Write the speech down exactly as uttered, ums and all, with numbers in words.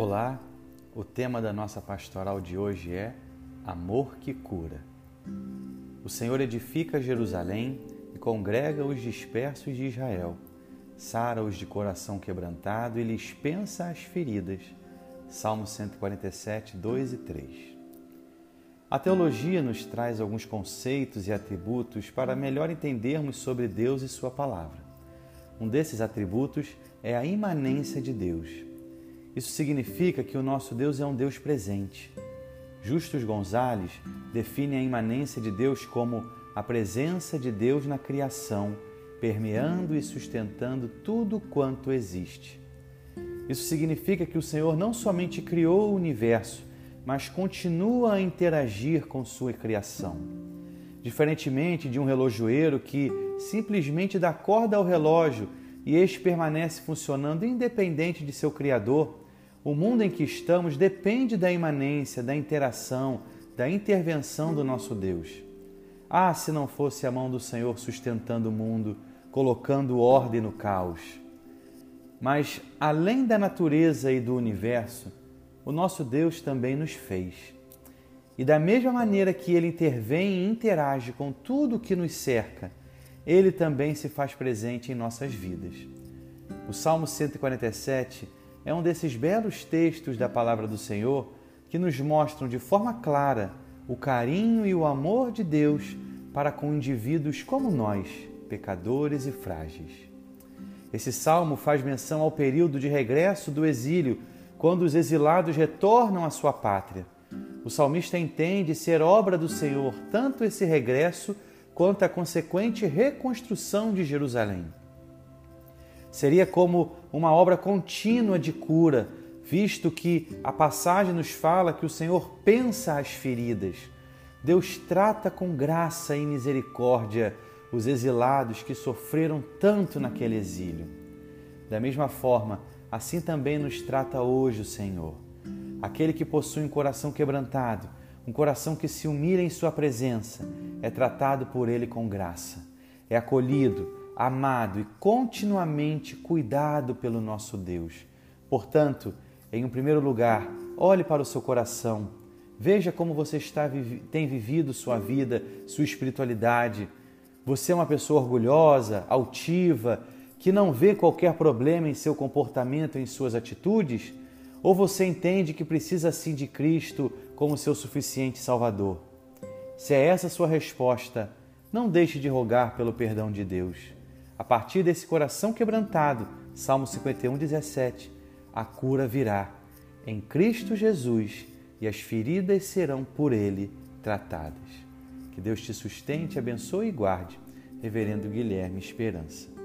Olá, o tema da nossa pastoral de hoje é Amor que Cura. O Senhor edifica Jerusalém e congrega os dispersos de Israel, sara os de coração quebrantado e lhes pensa as feridas. Salmo cento e quarenta e sete, dois e três. A teologia nos traz alguns conceitos e atributos para melhor entendermos sobre Deus e sua palavra. Um desses atributos é a imanência de Deus. Isso significa que o nosso Deus é um Deus presente. Justus Gonzalez define a imanência de Deus como a presença de Deus na criação, permeando e sustentando tudo quanto existe. Isso significa que o Senhor não somente criou o universo, mas continua a interagir com sua criação. Diferentemente de um relojoeiro que simplesmente dá corda ao relógio e este permanece funcionando independente de seu Criador, o mundo em que estamos depende da imanência, da interação, da intervenção do nosso Deus. Ah, se não fosse a mão do Senhor sustentando o mundo, colocando ordem no caos. Mas, além da natureza e do universo, o nosso Deus também nos fez. E da mesma maneira que Ele intervém e interage com tudo o que nos cerca, Ele também se faz presente em nossas vidas. O Salmo cento e quarenta e sete é um desses belos textos da Palavra do Senhor que nos mostram de forma clara o carinho e o amor de Deus para com indivíduos como nós, pecadores e frágeis. Esse salmo faz menção ao período de regresso do exílio, quando os exilados retornam à sua pátria. O salmista entende ser obra do Senhor tanto esse regresso quanto a consequente reconstrução de Jerusalém. Seria como uma obra contínua de cura, visto que a passagem nos fala que o Senhor pensa as feridas. Deus trata com graça e misericórdia os exilados que sofreram tanto naquele exílio. Da mesma forma, assim também nos trata hoje o Senhor. Aquele que possui um coração quebrantado, um coração que se humilha em sua presença, é tratado por Ele com graça, é acolhido, amado e continuamente cuidado pelo nosso Deus. Portanto, em um primeiro lugar, olhe para o seu coração, veja como você está, tem vivido sua vida, sua espiritualidade. Você é uma pessoa orgulhosa, altiva, que não vê qualquer problema em seu comportamento, em suas atitudes? Ou você entende que precisa sim de Cristo como seu suficiente Salvador? Se é essa a sua resposta, não deixe de rogar pelo perdão de Deus. A partir desse coração quebrantado, Salmo cinquenta e um, dezessete, a cura virá em Cristo Jesus e as feridas serão por Ele tratadas. Que Deus te sustente, abençoe e guarde. Reverendo Guilherme Esperança.